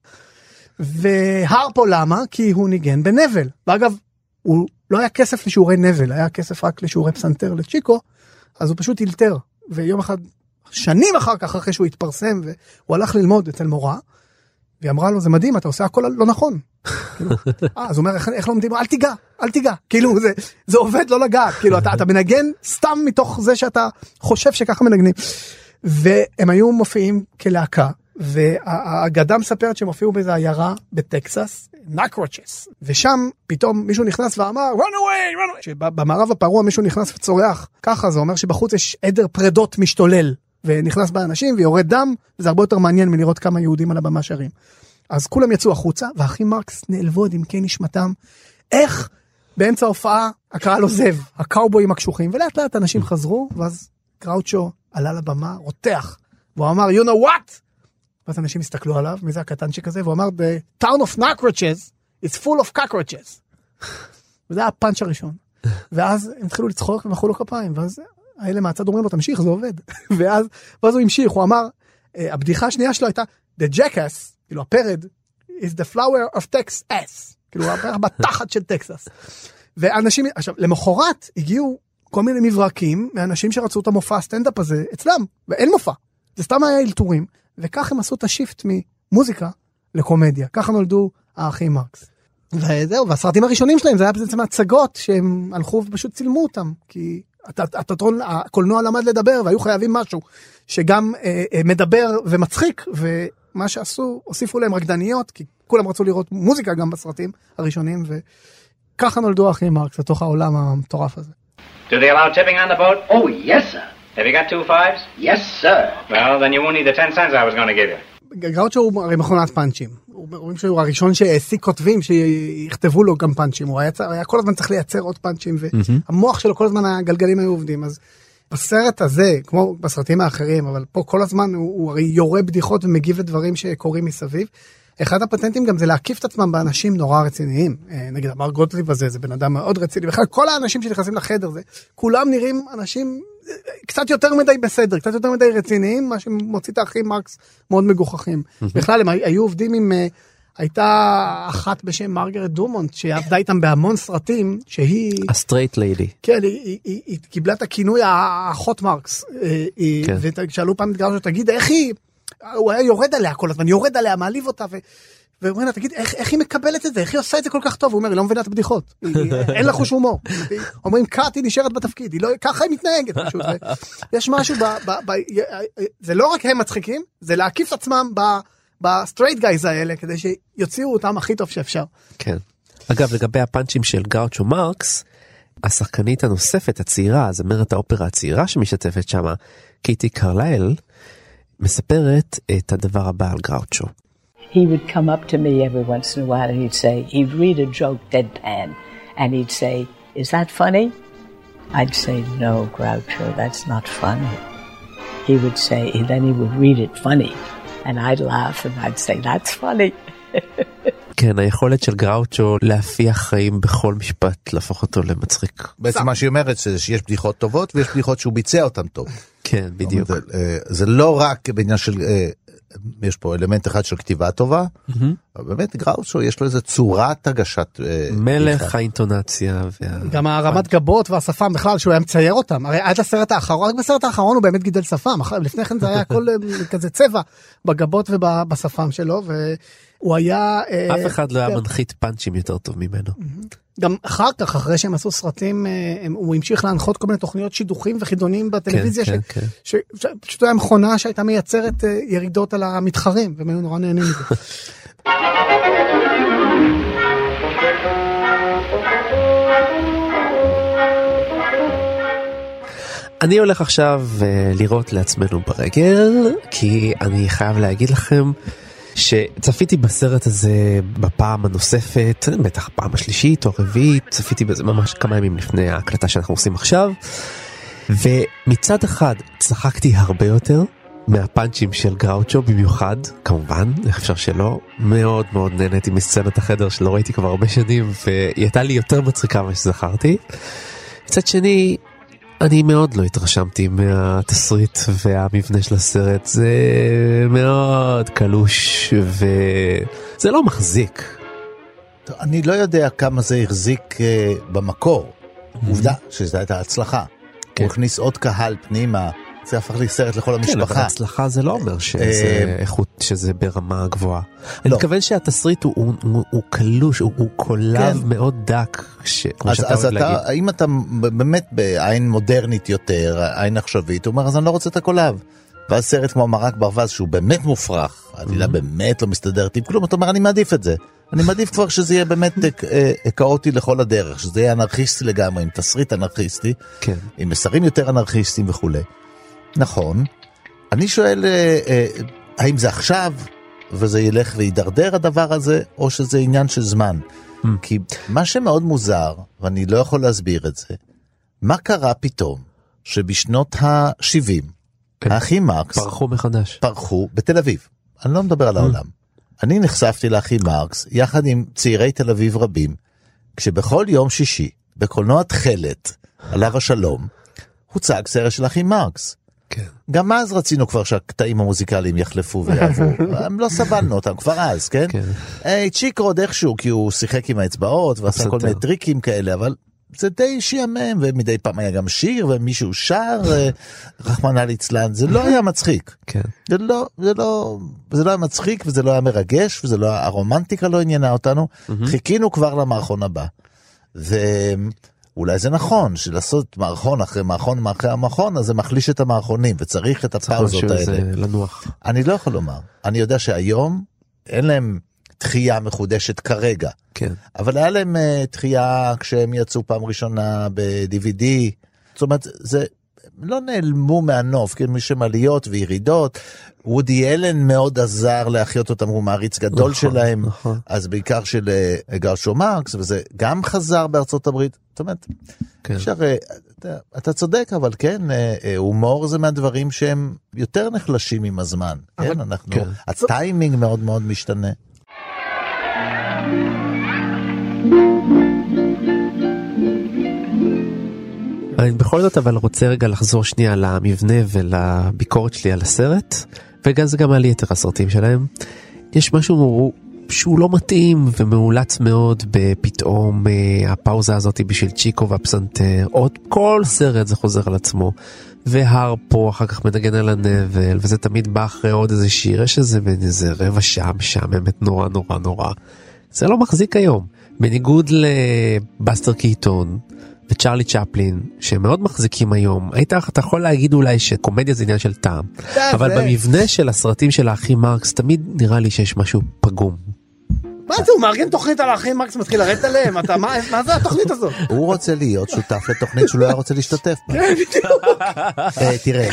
S5: והרפו למה? כי הוא ניגן בנבל. ואגב, הוא לא היה כסף לשיעורי נבל, היה כסף רק לשיעורי פסנתר לצ'יקו, אז הוא פשוט ילתר, ויום אחד, שנים אחר כך, אחרי שהוא התפרסם, והוא הלך ללמוד אצל מורה, והיא אמרה לו, זה מדהים, אתה עושה הכל לא נכון. אז הוא אומר, איך לא מדהים? אל תיגע, אל תיגע. כאילו, זה עובד לא לגעת, כאילו, אתה מנגן סתם מתוך זה שאתה חושב שככה מנגנים. והם היו מופיעים כלהקה, והאגדה מספרת שהם הופיעו באיזו עיירה בטקסס, נקרוצ'ס, ושם פתאום מישהו נכנס ואמר, run away, run away, שבמערב הפרוע מישהו נכנס וצורח, ככה זה אומר שבחוץ יש עדר פרדות משתולל, ונכנס באנשים ויורד דם, וזה הרבה יותר מעניין מלראות כמה יהודים על הבמה שרים. אז כולם יצאו החוצה, והאחים מרקס נעלבו עד עמקי נשמתם, איך באמצע ההופעה הקהל עוזב, הקאובויים הקשוחים, ולאט לאט אנשים חזרו, ואז גראוצ'ו עלה לבמה, רותח, והוא אמר, you know what? ואז אנשים הסתכלו עליו, מי זה הקטנצ'יק הזה, והוא אמר, the town of Nacroches is full of cockroaches. וזה היה הפאנץ' הראשון. ואז הם התחילו לצחוק ומחאו לו כפיים, ואז האלה מהצד אומרים לו, תמשיך, זה עובד. ואז, ואז הוא המשיך, הוא אמר, הבדיחה השנייה שלו הייתה, the jackass, כאילו הפרד, is the flower of Texas, כאילו הבטחת של טקסס. ואנשים, עכשיו, למחרת הגיעו
S8: כל מיני מברקים מאנשים שרצו את המופע הסטנדאפ הזה אצלם, ואין מופע. זה סתם היה אלתורים, וכך הם עשו את השיפט ממוזיקה לקומדיה. ככה נולדו האחים מרקס. וזהו, והסרטים הראשונים שלהם, זה היה בעצם הצגות שהם הלכו ופשוט צילמו אותם, כי התיאטרון, הקולנוע למד לדבר, והיו חייבים משהו שגם אה, אה, מדבר ומצחיק, ומה שעשו, הוסיפו להם רקדניות, כי כולם רצו לראות מוזיקה גם בסרטים הראשונים, וככה נולדו האחים מרקס, לתוך העולם המטורף הזה.
S6: Do they allow tipping on the boat?
S10: Oh, yes, sir.
S6: Have you got two fives?
S10: Yes, sir.
S6: Well, then you won't need the ten cents I was going to give you.
S8: גראוצ'ו הוא הרי מכונת פאנצ'ים. אומרים שהוא הראשון שהעסיק כותבים שיכתבו לו גם פאנצ'ים. הוא היה, היה כל הזמן צריך לייצר עוד פאנצ'ים, והמוח שלו כל הזמן הגלגלים היו עובדים. אז בסרט הזה, כמו בסרטים האחרים, אבל פה כל הזמן הוא, הוא הרי יורה בדיחות ומגיב לדברים שקורים מסביב. אחד הפטנטים גם זה להקיף את עצמם באנשים נורא רציניים. נגיד, אמר גוטליב הזה, זה בן אדם מאוד רציני. בכלל, כל האנשים שנכנסים לחדר זה, כולם נראים אנשים קצת יותר מדי בסדר, קצת יותר מדי רציניים, מה שמוציא את האחים מרקס מאוד מגוחכים. בכלל, הם היו עובדים עם, הייתה אחת בשם מרגרט דומונט, שעבדה איתם בהמון סרטים, שהיא...
S4: הסטרייט ליידי.
S8: כן, היא, היא, היא, היא קיבלה את הכינוי האחות מרקס. כן. ושאלו פעם את גראוצ'ו, תגיד, איך היא... הוא היה יורד עליה כל הזמן, יורד עליה, מעליב אותה, ו... ואומרים לה, תגיד, איך, איך היא מקבלת את זה? איך היא עושה את זה כל כך טוב? הוא אומר, היא לא מבינה את הבדיחות. היא, אין לה חוש הומור. אומרים, קאט, היא נשארת בתפקיד. היא לא, ככה היא מתנהגת. פשוט. יש משהו, ב, ב, ב, זה לא רק הם מצחיקים, זה להקיף עצמם בסטרייט גייז האלה, כדי שיוציאו אותם הכי טוב שאפשר.
S4: כן. אגב, לגבי הפאנצ'ים של גראוצ'ו מרקס, השחקנית הנוספת, הצעירה, זמרת האופרה הצעירה שמשתתפת שמה, קיטי קרלייל, מספרת את הדבר הבא על גראוצ'ו.
S11: He would come up to me every once in a while and he'd say, he'd read a joke deadpan and he'd say, is that funny? I'd say, no, Groucho, that's not funny. He would say, and then he would read it funny and I'd laugh and I'd say, that's funny.
S4: כן, היכולת של גראוצ'ו להפיח חיים בכל משפט, להפוך אותו למצחיק.
S5: בעצם מה שהיא אומרת זה שיש בדיחות טובות ויש בדיחות שהוא ביצע אותן טוב.
S4: כן, בדיוק.
S5: זה, זה לא רק בעניין של, יש פה אלמנט אחד של כתיבה טובה, באמת גראוצ'ו יש לו איזה צורת הגשת...
S4: מלך האינטונציה.
S8: גם הרמת גבות והשפם בכלל, שהוא היה מצייר אותם. הרי עד לסרט האחרון, רק בסרט האחרון הוא באמת גידל שפם. לפני כן זה היה הכל כזה צבע בגבות ובשפם שלו, והוא היה...
S4: אף אחד לא היה מנחית פאנצ'ים יותר טוב ממנו.
S8: גם אחר כך, אחרי שהם עשו סרטים, הוא המשיך להנחות כל מיני תוכניות שידוכים וחידונים בטלוויזיה, שפשוט היה מכונה שהייתה מייצרת ירידות על המתחרים, והם היו נורא נהנים מזה.
S4: אני הולך עכשיו לראות לעצמנו ברגל, כי אני חייב להגיד לכם, שצפיתי בסרט הזה בפעם הנוספת, בטח פעם השלישית או הרביעית, צפיתי בזה ממש כמה ימים לפני ההקלטה שאנחנו עושים עכשיו, ומצד אחד צחקתי הרבה יותר מהפאנצ'ים של גראוצ'ו, במיוחד, כמובן, איך אפשר שלא, מאוד מאוד נהניתי מסצנת החדר שלא ראיתי כבר הרבה שנים, והיא הייתה לי יותר מצחיקה מה שזכרתי. מצד שני, אני מאוד לא התרשמתי מהתסריט והמבנה של הסרט, זה מאוד קלוש וזה לא מחזיק.
S5: אני לא יודע כמה זה החזיק במקור, עובדה שזו הייתה הצלחה. הוא הכניס עוד קהל פנימה, זה הפך לי סרט לכל המשפחה.
S4: כן, אבל הצלחה זה לא אומר שזה איכות, שזה ברמה גבוהה. אני מתכוון שהתסריט הוא קלוש, הוא קולב מאוד דק.
S5: אז האם אתה באמת בעין מודרנית יותר, עין עכשווית, הוא אומר, אז אני לא רוצה את הקולב. ואז סרט כמו מרק ברווז, שהוא באמת מופרך, העלילה באמת לא מסתדרת עם כלום, אתה אומר, אני מעדיף את זה. אני מעדיף כבר שזה יהיה באמת כאוטי לכל הדרך, שזה יהיה אנרכיסטי לגמרי, עם תסריט אנרכיסטי, עם מסרים יותר אנרכיסטיים וכו'. נכון. אני שואל, האם זה עכשיו, וזה ילך וידרדר הדבר הזה, או שזה עניין של זמן? כי מה שמאוד מוזר, ואני לא יכול להסביר את זה, מה קרה פתאום, שבשנות ה-שבעים, האחים מרקס,
S4: פרחו מחדש.
S5: פרחו בתל אביב. אני לא מדבר על העולם. אני נחשפתי לאחים מרקס, יחד עם צעירי תל אביב רבים, כשבכל יום שישי, בקולנוע תחלת, עליו השלום, הוצג סרט של אחים מרקס.
S4: כן.
S5: גם אז רצינו כבר שהקטעים המוזיקליים יחלפו ויעברו. הם לא סבלנו אותם כבר אז, כן?
S4: כן.
S5: היי, צ'יק רוד איכשהו, כי הוא שיחק עם האצבעות, ועשה כל מיני טריקים כאלה, אבל זה די שיאמם, ומדי פעם היה גם שיר, ומישהו שר, רחמנא ליצלן, זה לא היה מצחיק.
S4: כן.
S5: זה לא, זה לא, זה לא היה מצחיק, וזה לא היה מרגש, וזה לא, הרומנטיקה לא עניינה אותנו, חיכינו כבר למערכון הבא. ואולי זה נכון, שלעשות מערכון אחרי מערכון, אחרי המערכון, אז זה מחליש את המערכונים, וצריך את הפאוזות האלה.
S4: לנוח.
S5: אני לא יכול לומר. אני יודע שהיום, אין להם דחייה מחודשת כרגע.
S4: כן.
S5: אבל היה להם uh, דחייה כשהם יצאו פעם ראשונה ב-די וי די. זאת אומרת, זה לא נעלמו מהנוף, כן, משם עליות וירידות. וודי אלן מאוד עזר להחיות אותם, הוא מעריץ גדול נכון, שלהם. נכון. אז בעיקר של uh, גרשו מרקס, וזה גם חזר בארצות הברית. זאת אומרת, כן. אפשר, uh, אתה, אתה צודק, אבל כן, uh, uh, הומור זה מהדברים שהם יותר נחלשים עם הזמן. אבל, כן, אנחנו, כן. הטיימינג מאוד מאוד משתנה.
S4: אני בכל זאת אבל רוצה רגע לחזור שנייה למבנה ולביקורת שלי על הסרט, וגם זה גם על יתר הסרטים שלהם. יש משהו שהוא לא מתאים ומאולץ מאוד בפתאום הפאוזה הזאת בשביל צ'יקו והפסנתר, עוד כל סרט זה חוזר על עצמו, והר פה אחר כך מדגן על הנבל, וזה תמיד בא אחרי עוד איזה שיר, יש איזה בין איזה רבע שעה משעממת נורא נורא נורא. זה לא מחזיק היום, בניגוד לבאסטר קיטון וצ'רלי צ'פלין, שהם מאוד מחזיקים היום. היית, אתה יכול להגיד אולי שקומדיה זה עניין של טעם, אבל במבנה של הסרטים של האחים מרקס, תמיד נראה לי שיש משהו פגום.
S8: מה זה, הוא מארגן תוכנית על האחים מרקס, מתחיל לרדת עליהם, אתה, מה, מה זה התוכנית הזאת?
S5: הוא רוצה להיות שותף לתוכנית שהוא לא היה רוצה להשתתף בה. כן, בדיוק. תראה,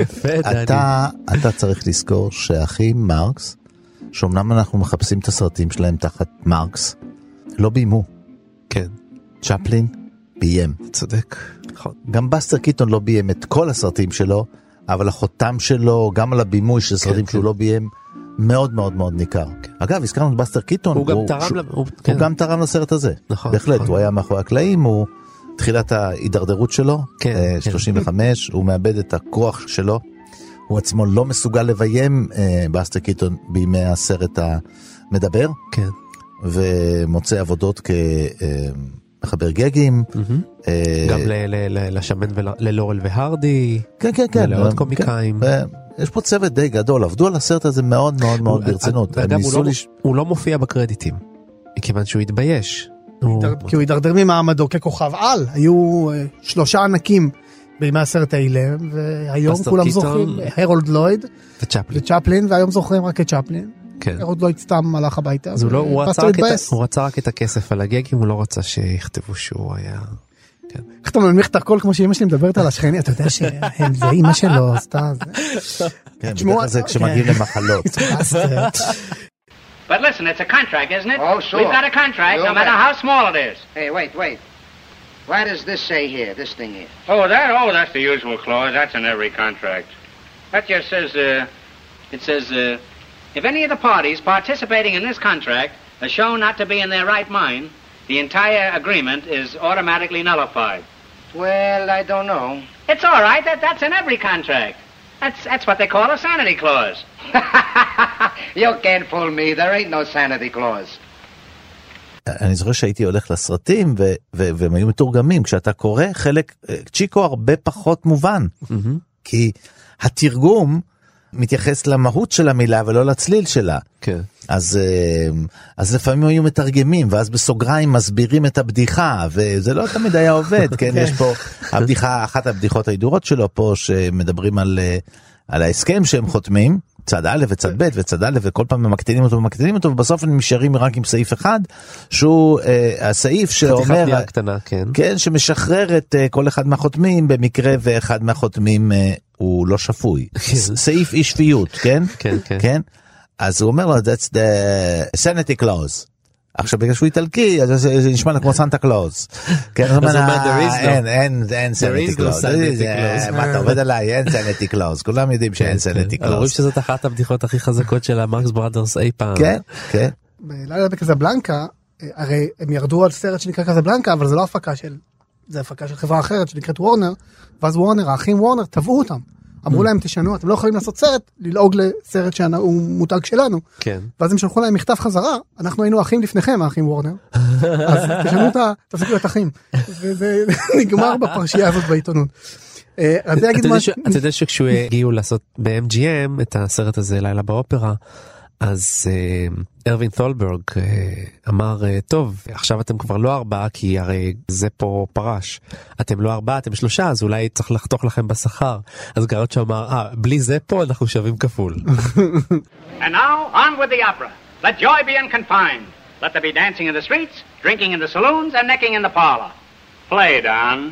S5: אתה צריך לזכור שהאחים מרקס, שאומנם אנחנו מחפשים את הסרטים שלהם תחת מרקס, לא ביימו.
S4: כן.
S5: צ'פלין ביים.
S4: צודק.
S5: גם בסטר קיטון לא ביים את כל הסרטים שלו, אבל החותם שלו, גם על הבימוי של סרטים שהוא לא ביים, מאוד מאוד מאוד ניכר. אגב, הזכרנו את בסטר קיטון, הוא גם תרם לסרט הזה. בהחלט, הוא היה מאחורי הקלעים, הוא תחילת ההידרדרות שלו, שלושים וחמש, הוא מאבד את הכוח שלו, הוא עצמו לא מסוגל לביים בסטר קיטון בימי הסרט המדבר,
S4: כן.
S5: ומוצא עבודות כמחבר גגים.
S4: גם לשמן וללורל והרדי.
S5: כן, כן, כן.
S4: ולעוד קומיקאים.
S5: יש פה צוות די גדול, עבדו על הסרט הזה מאוד מאוד מאוד ברצינות.
S4: ואגב, הוא לא מופיע בקרדיטים, מכיוון שהוא התבייש.
S8: כי הוא הידרדר ממעמדו ככוכב על. היו שלושה ענקים בימי הסרט האלה, והיום כולם זוכרים, הרולד לויד וצ'פלין, והיום זוכרים רק את צ'פלין. הרולד לויד סתם הלך הביתה.
S4: הוא רצה רק את הכסף על הגגים, הוא לא רצה שיכתבו שהוא היה...
S8: איך אתה מנמיך את הכל כמו שאמא שלי מדברת על השכני, אתה יודע שהם זה אמא שלו, סתה זה.
S5: כן, בטח זה כשמגיעים למחלות.
S6: But listen, it's a contract, isn't it? Oh, sure. We've got a contract, no matter how small it is.
S10: Hey, wait, wait. What does this say here, this thing here?
S6: Oh, that, oh, that's the usual clause. That's in every contract. That just says, uh, it says, uh, if any of the parties participating in this contract are shown not to be in their right mind, the entire agreement is automatically nullified.
S10: Well, I don't know.
S6: It's all right. That, that's in every contract. That's, that's what they call a sanity clause.
S10: You can't fool me. There ain't no sanity clause.
S5: אני זוכר שהייתי הולך לסרטים ו- ו- והם היו מתורגמים. כשאתה קורא חלק, צ'יקו הרבה פחות מובן. כי התרגום מתייחס למהות של המילה ולא לצליל שלה.
S4: כן.
S5: אז, אז לפעמים היו מתרגמים, ואז בסוגריים מסבירים את הבדיחה, וזה לא תמיד היה עובד, כן? יש פה הבדיחה, אחת הבדיחות הידועות שלו פה, שמדברים על, על ההסכם שהם חותמים, צד א' וצד ב' וצד א', וכל פעם הם מקטינים אותו ומקטינים אותו, ובסוף הם נשארים רק עם סעיף אחד, שהוא אה, הסעיף שאומר,
S4: הקטנה, כן.
S5: כן, שמשחרר את אה, כל אחד מהחותמים, במקרה ואחד מהחותמים אה, הוא לא שפוי. סעיף אי שפיות, כן?
S4: כן, כן.
S5: כן? אז הוא אומר לו, that's the sanity clause. עכשיו בגלל שהוא איטלקי, אז זה נשמע כמו סנטה קלאוז. כן, אין, אין, אין סנטי קלאוז. מה אתה עובד עליי? אין סנטי קלאוז. כולם יודעים שאין סנטי קלאוז.
S4: רואים שזאת אחת הבדיחות הכי חזקות של המרקס בראדרס אי פעם.
S5: כן, כן.
S8: בלילה בקזבלנקה, הרי הם ירדו על סרט שנקרא קזבלנקה, אבל זה לא הפקה של, זה הפקה של חברה אחרת שנקראת וורנר, ואז וורנר, האחים וורנר, תבעו אותם. אמרו להם, תשנו, אתם לא יכולים לעשות סרט, ללעוג לסרט שהוא מותג שלנו.
S4: כן.
S8: ואז הם שלחו להם מכתב חזרה, אנחנו היינו אחים לפניכם, האחים וורנר. אז תשנו את ה... תפסיקו את אחים. וזה נגמר בפרשייה הזאת בעיתונות.
S4: אתה יודע שכשהוא הגיעו לעשות ב-אם ג'י אם את הסרט הזה לילה באופרה, אז ארווין תולברג אמר, טוב, עכשיו אתם כבר לא ארבעה, כי הרי זה פה פרש. אתם לא ארבעה, אתם שלושה, אז אולי צריך לחתוך לכם בשכר. אז גראוצ'ו אמר, אה, בלי זה פה אנחנו שווים כפול.
S6: And now, on with the opera. Let joy be unconfined. Let there be dancing in the streets, drinking in the saloons, and necking in the parlor. Play, Don.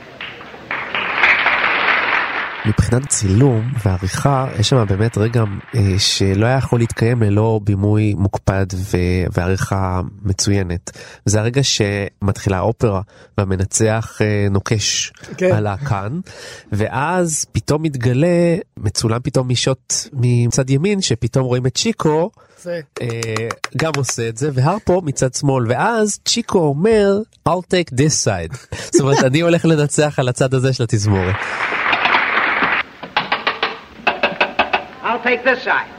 S4: מבחינת צילום ועריכה, יש שם באמת רגע שלא היה יכול להתקיים ללא בימוי מוקפד ועריכה מצוינת. זה הרגע שמתחילה האופרה והמנצח נוקש כן. על הקאן, ואז פתאום מתגלה, מצולם פתאום משוט מצד ימין, שפתאום רואים את צ'יקו, זה. גם עושה את זה, והרפו מצד שמאל, ואז צ'יקו אומר, I'll take this side. זאת אומרת, אני הולך לנצח על הצד הזה של התזמורת.
S6: I'll take this side.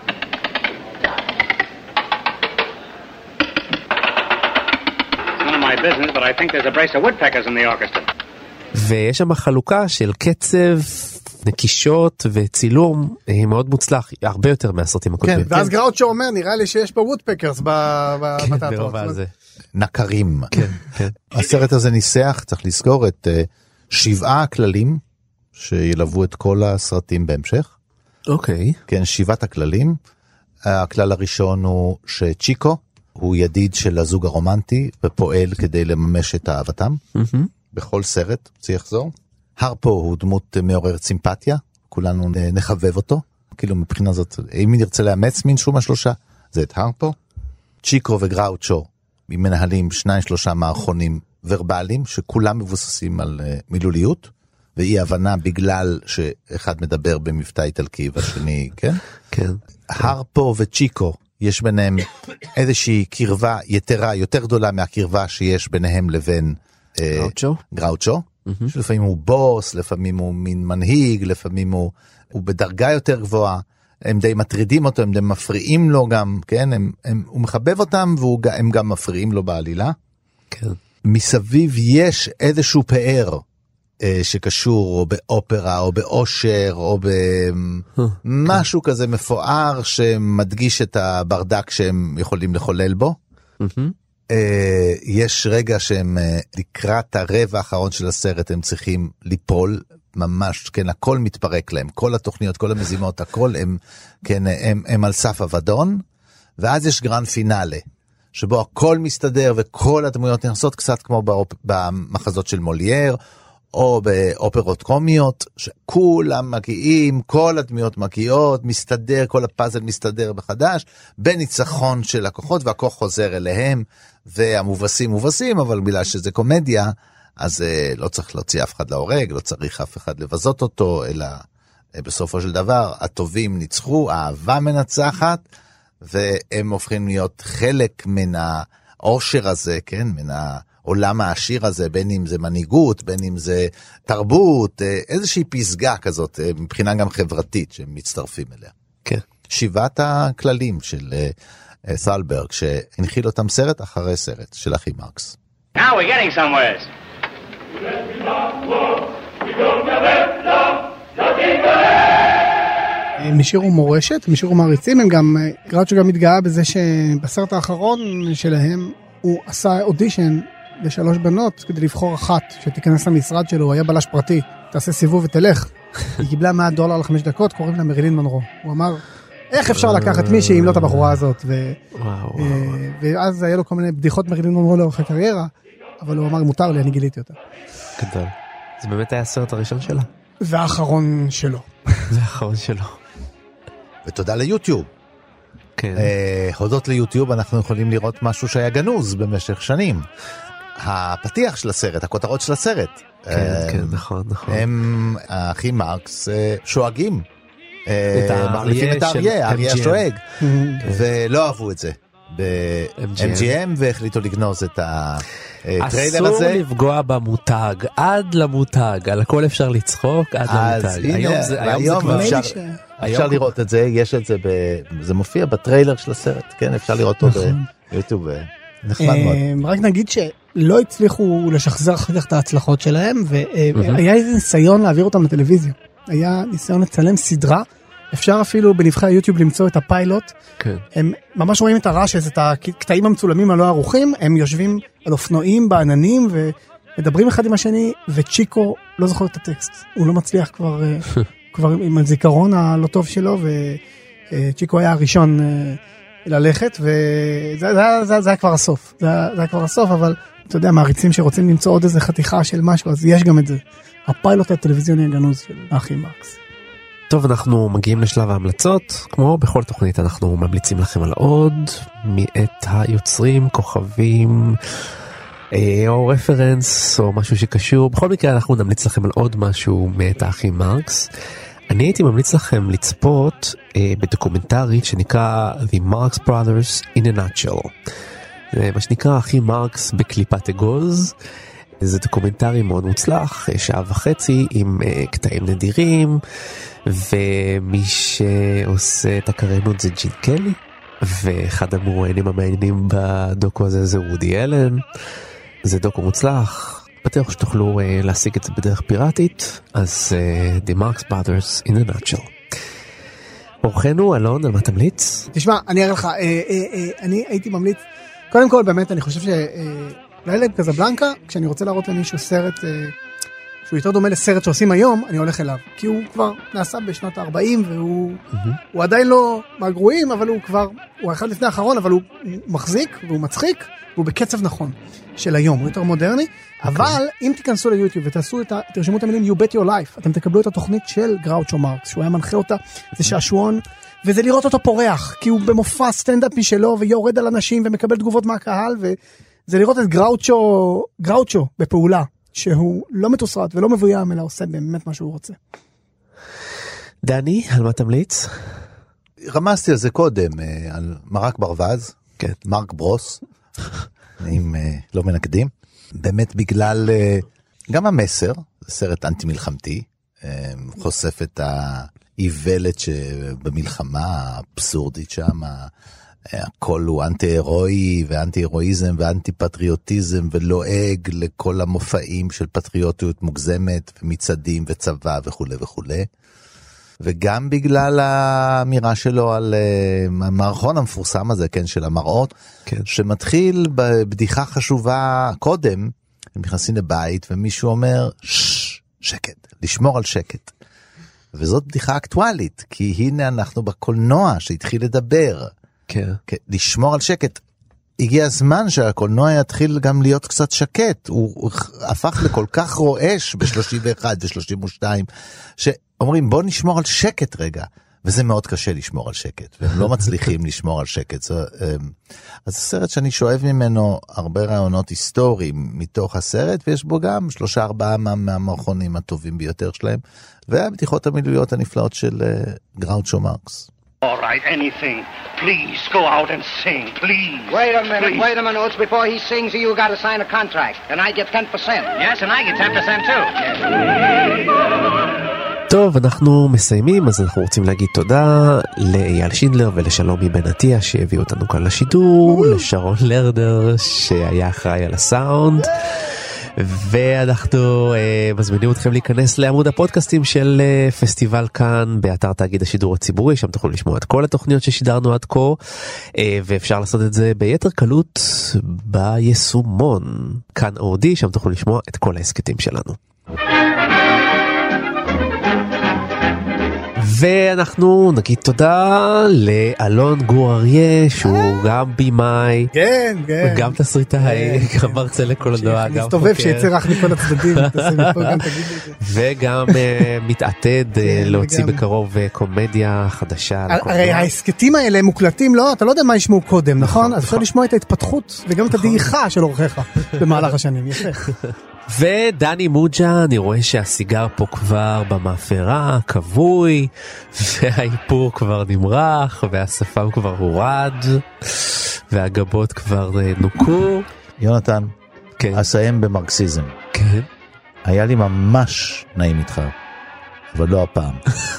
S6: It's none of my business, but I think there's a brace of woodpeckers in the orchestra.
S4: ויש שם חלוקה של קצב, נקישות וצילום מאוד מוצלח, הרבה יותר מהסרטים הקודמים.
S8: כן, ואז גראוצ'ו אומר, נראה לי שיש פה וודפקרס בתיאטרון.
S5: נקרים. הסרט הזה ניסח, צריך לזכור את שבעה הכללים שילוו את כל הסרטים בהמשך.
S4: אוקיי.
S5: כן, שבעת הכללים. הכלל הראשון הוא שצ'יקו הוא ידיד של הזוג הרומנטי ופועל כדי לממש את אהבתם. בכל סרט זה יחזור. הרפו הוא דמות מעוררת סימפתיה, כולנו נחבב אותו. כאילו מבחינה זאת, אם נרצה לאמץ מין שום השלושה, זה את הרפו. צ'יקו וגראוצ'ו מנהלים שניים שלושה מערכונים ורבליים, שכולם מבוססים על מילוליות. ואי הבנה בגלל שאחד מדבר במבטא איטלקי והשני, כן?
S4: כן.
S5: הרפו וצ'יקו, יש ביניהם איזושהי קרבה יתרה, יותר גדולה מהקרבה שיש ביניהם לבין
S4: גראוצ'ו.
S5: גראוצ'ו, שלפעמים הוא בוס, לפעמים הוא מין מנהיג, לפעמים הוא, הוא בדרגה יותר גבוהה, הם די מטרידים אותו, הם די מפריעים לו גם, כן? הם, הם, הוא מחבב אותם והם גם מפריעים לו בעלילה.
S4: כן.
S5: מסביב יש איזשהו פאר, שקשור או באופרה או באושר או במשהו כזה מפואר שמדגיש את הברדק שהם יכולים לחולל בו. יש רגע שהם לקראת הרבע האחרון של הסרט הם צריכים ליפול ממש, כן, הכל מתפרק להם, כל התוכניות, כל המזימות, הכל הם, כן, הם, הם על סף אבדון, ואז יש גרנד פינאלה שבו הכל מסתדר וכל הדמויות נכנסות קצת כמו במחזות של מולייר או באופרות קומיות, שכולם מגיעים, כל הדמיות מגיעות, מסתדר, כל הפאזל מסתדר בחדש, בניצחון של הכוחות, והכוח חוזר אליהם, והמובסים מובסים, אבל בגלל שזה קומדיה, אז אה, לא צריך להוציא אף אחד להורג, לא צריך אף אחד לבזות אותו, אלא אה, בסופו של דבר, הטובים ניצחו, האהבה מנצחת, והם הופכים להיות חלק מן העושר הזה, כן, מן ה... עולם העשיר הזה, בין אם זה מנהיגות, בין אם זה תרבות, איזושהי פסגה כזאת, מבחינה גם חברתית, שהם מצטרפים אליה.
S4: כן.
S5: שבעת הכללים של תולברג, שהנחיל אותם סרט אחרי סרט, של אחי מרקס.
S6: Now we're getting somewhere.
S8: משיר ומורשת, משיר ומעריצים, הם גם, גראוצ'ו גם מתגאה בזה שבסרט האחרון שלהם, הוא עשה אודישן לשלוש בנות כדי לבחור אחת שתיכנס למשרד שלו, הוא היה בלש פרטי, תעשה סיבוב ותלך. היא קיבלה מאה דולר לחמש דקות, קוראים לה מרילין מונרו. הוא אמר, איך אפשר לקחת מישהי אם לא את הבחורה הזאת? ואז היה לו כל מיני בדיחות מרילין מונרו לאורך הקריירה, אבל הוא אמר, מותר לי, אני גיליתי אותה.
S4: גדול. זה באמת היה הסרט הראשון שלה.
S8: והאחרון שלו.
S4: זה האחרון שלו.
S5: ותודה ליוטיוב.
S4: כן.
S5: הודות ליוטיוב אנחנו יכולים לראות משהו שהיה גנוז במשך שנים. הפתיח של הסרט, הכותרות של הסרט.
S4: כן, כן, נכון, נכון.
S5: הם, האחים מרקס, שואגים. מחליפים את האריה, האריה השואג. ולא אהבו את זה. ב-אם ג'י אם והחליטו לגנוז את הטריילר הזה.
S4: אסור לפגוע במותג, עד למותג, על הכל אפשר לצחוק עד למותג.
S5: היום זה, היום זה אפשר, ש... אפשר לראות את זה, יש את זה, ב... זה מופיע בטריילר של הסרט, כן, אפשר לראות אותו ביוטיוב, נחמד מאוד.
S8: רק נגיד שלא הצליחו לשחזר אחר כך את ההצלחות שלהם, והיה איזה ניסיון להעביר אותם לטלוויזיה. היה ניסיון לצלם סדרה, אפשר אפילו בנבחי היוטיוב למצוא את הפיילוט.
S4: כן.
S8: הם ממש רואים את הרעש, את הקטעים המצולמים הלא ערוכים, הם יושבים על אופנועים בעננים ומדברים אחד עם השני, וצ'יקו לא זוכר את הטקסט. הוא לא מצליח כבר, כבר עם הזיכרון הלא טוב שלו, וצ'יקו היה הראשון ללכת, וזה זה, זה, זה היה כבר הסוף. זה, זה היה כבר הסוף, אבל אתה יודע, מעריצים שרוצים למצוא עוד איזה חתיכה של משהו, אז יש גם את זה. הפיילוט הטלוויזיוני הגנוז של האחים מרקס.
S4: טוב, אנחנו מגיעים לשלב ההמלצות. כמו בכל תוכנית אנחנו ממליצים לכם על עוד מאת היוצרים, כוכבים אה, או רפרנס או משהו שקשור. בכל מקרה אנחנו נמליץ לכם על עוד משהו מאת האחים מרקס. אני הייתי ממליץ לכם לצפות אה, בדוקומנטרית שנקרא The Marx Brothers in a Nutshell. זה מה שנקרא האחים מרקס בקליפת אגוז. זה דוקומנטרי מאוד מוצלח, שעה וחצי עם uh, קטעים נדירים, ומי שעושה את הקריינות זה ג'ין קלי, ואחד המרואיינים המעניינים בדוקו הזה זה וודי אלן. זה דוקו מוצלח, בטח שתוכלו uh, להשיג את זה בדרך פיראטית, אז uh, The Marx Brothers in a Nutshell. אורחנו, אלון, על מה תמליץ?
S8: תשמע, אני אראה לך, אה, אה, אה, אני הייתי ממליץ, קודם כל באמת אני חושב ש... אה, לילה בקזבלנקה, כשאני רוצה להראות למישהו סרט אה, שהוא יותר דומה לסרט שעושים היום, אני הולך אליו. כי הוא כבר נעשה בשנות ה-ארבעים, והוא mm-hmm. הוא עדיין לא מהגרועים, אבל הוא כבר, הוא אחד לפני האחרון, אבל הוא, הוא מחזיק והוא מצחיק, והוא בקצב נכון של היום, הוא יותר מודרני. Okay. אבל אם תיכנסו ליוטיוב ותעשו את, תרשמו את המילים You Bet Your Life, אתם תקבלו את התוכנית של גראוצ'ו מרקס, שהוא היה מנחה אותה, זה שעשועון, וזה לראות אותו פורח, כי הוא במופע סטנדאפ משלו, ויורד על אנשים ומקבל תגובות מהקהל, ו... זה לראות את גראוצ'ו, גראוצ'ו בפעולה, שהוא לא מתוסרט ולא מבוים, אלא עושה באמת מה שהוא רוצה.
S4: דני, על מה תמליץ?
S5: רמזתי על זה קודם, על מרק ברווז, כן. מרק ברוס, אם לא מנקדים. באמת בגלל, גם המסר, זה סרט אנטי מלחמתי, חושף את האיוולת שבמלחמה האבסורדית שם, הכל הוא אנטי-הירואי ואנטי-הירואיזם ואנטי-פטריוטיזם ולועג לכל המופעים של פטריוטיות מוגזמת ומצעדים וצבא וכו' וכו'. וגם בגלל האמירה שלו על המערכון המפורסם הזה, כן, של המראות, כן. שמתחיל בבדיחה חשובה קודם, הם נכנסים לבית ומישהו אומר, שש, שקט, לשמור על שקט. וזאת בדיחה אקטואלית, כי הנה אנחנו בקולנוע שהתחיל לדבר. כן. לשמור על שקט. הגיע הזמן שהקולנוע יתחיל גם להיות קצת שקט. הוא הפך לכל כך רועש ב-שלושים ואחת ו-שלושים ושתיים, שאומרים בוא נשמור על שקט רגע. וזה מאוד קשה לשמור על שקט, והם לא מצליחים לשמור על שקט. אז הסרט שאני שואב ממנו הרבה רעיונות היסטוריים מתוך הסרט, ויש בו גם שלושה ארבעה מהמערכונים הטובים ביותר שלהם, והבדיחות המילוליות הנפלאות של גראוצ'ו מרקס.
S10: All right, anything. Please, go out and sing, please.
S6: Wait a minute,
S10: please.
S6: wait a minute. Before he sings, you got to sign a contract. And I get ten percent.
S7: Yes, and I get ten percent too.
S4: טוב, אנחנו מסיימים, אז אנחנו רוצים להגיד תודה לאייל שינדלר ולשלומי בן עטיה שהביאו אותנו כאן לשידור, לשרון לרדר שהיה אחראי על הסאונד, ואנחנו אה, מזמינים אתכם להיכנס לעמוד הפודקאסטים של אה, פסטיבל כאן באתר תאגיד השידור הציבורי, שם תוכלו לשמוע את כל התוכניות ששידרנו עד כה, אה, ואפשר לעשות את זה ביתר קלות ביישומון כאן אודי, שם תוכלו לשמוע את כל העסקטים שלנו. ואנחנו נגיד תודה לאלון גור אריה, שהוא גם בימאי,
S8: כן, כן,
S4: גם תסריטאי, גם מרצה לקולנוע, גם
S8: מסתובב שיצרח מכל הצדדים,
S4: וגם מתעתד להוציא בקרוב קומדיה חדשה.
S8: הרי העסקטים האלה מוקלטים, לא, אתה לא יודע מה ישמעו קודם, נכון? אז אפשר לשמוע את ההתפתחות וגם את הדעיכה של אורחיך במהלך השנים, יפה.
S4: ודני מוג'ה, אני רואה שהסיגר פה כבר במאפרה, כבוי, והאיפור כבר נמרח, והשפם כבר הורד, והגבות כבר נוקו.
S5: יונתן,
S4: כן.
S5: אסיים במרקסיזם.
S4: כן.
S5: היה לי ממש נעים איתך, אבל לא הפעם.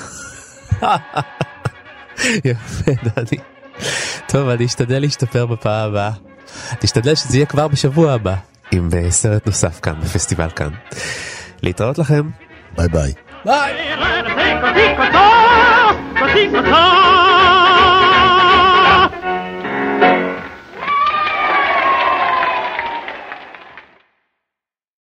S4: יפה, דני. טוב, אני אשתדל להשתפר בפעם הבאה. תשתדל שזה יהיה כבר בשבוע הבא, עם סרט נוסף כאן, בפסטיבל כאן. להתראות לכם.
S5: ביי ביי.
S8: ביי.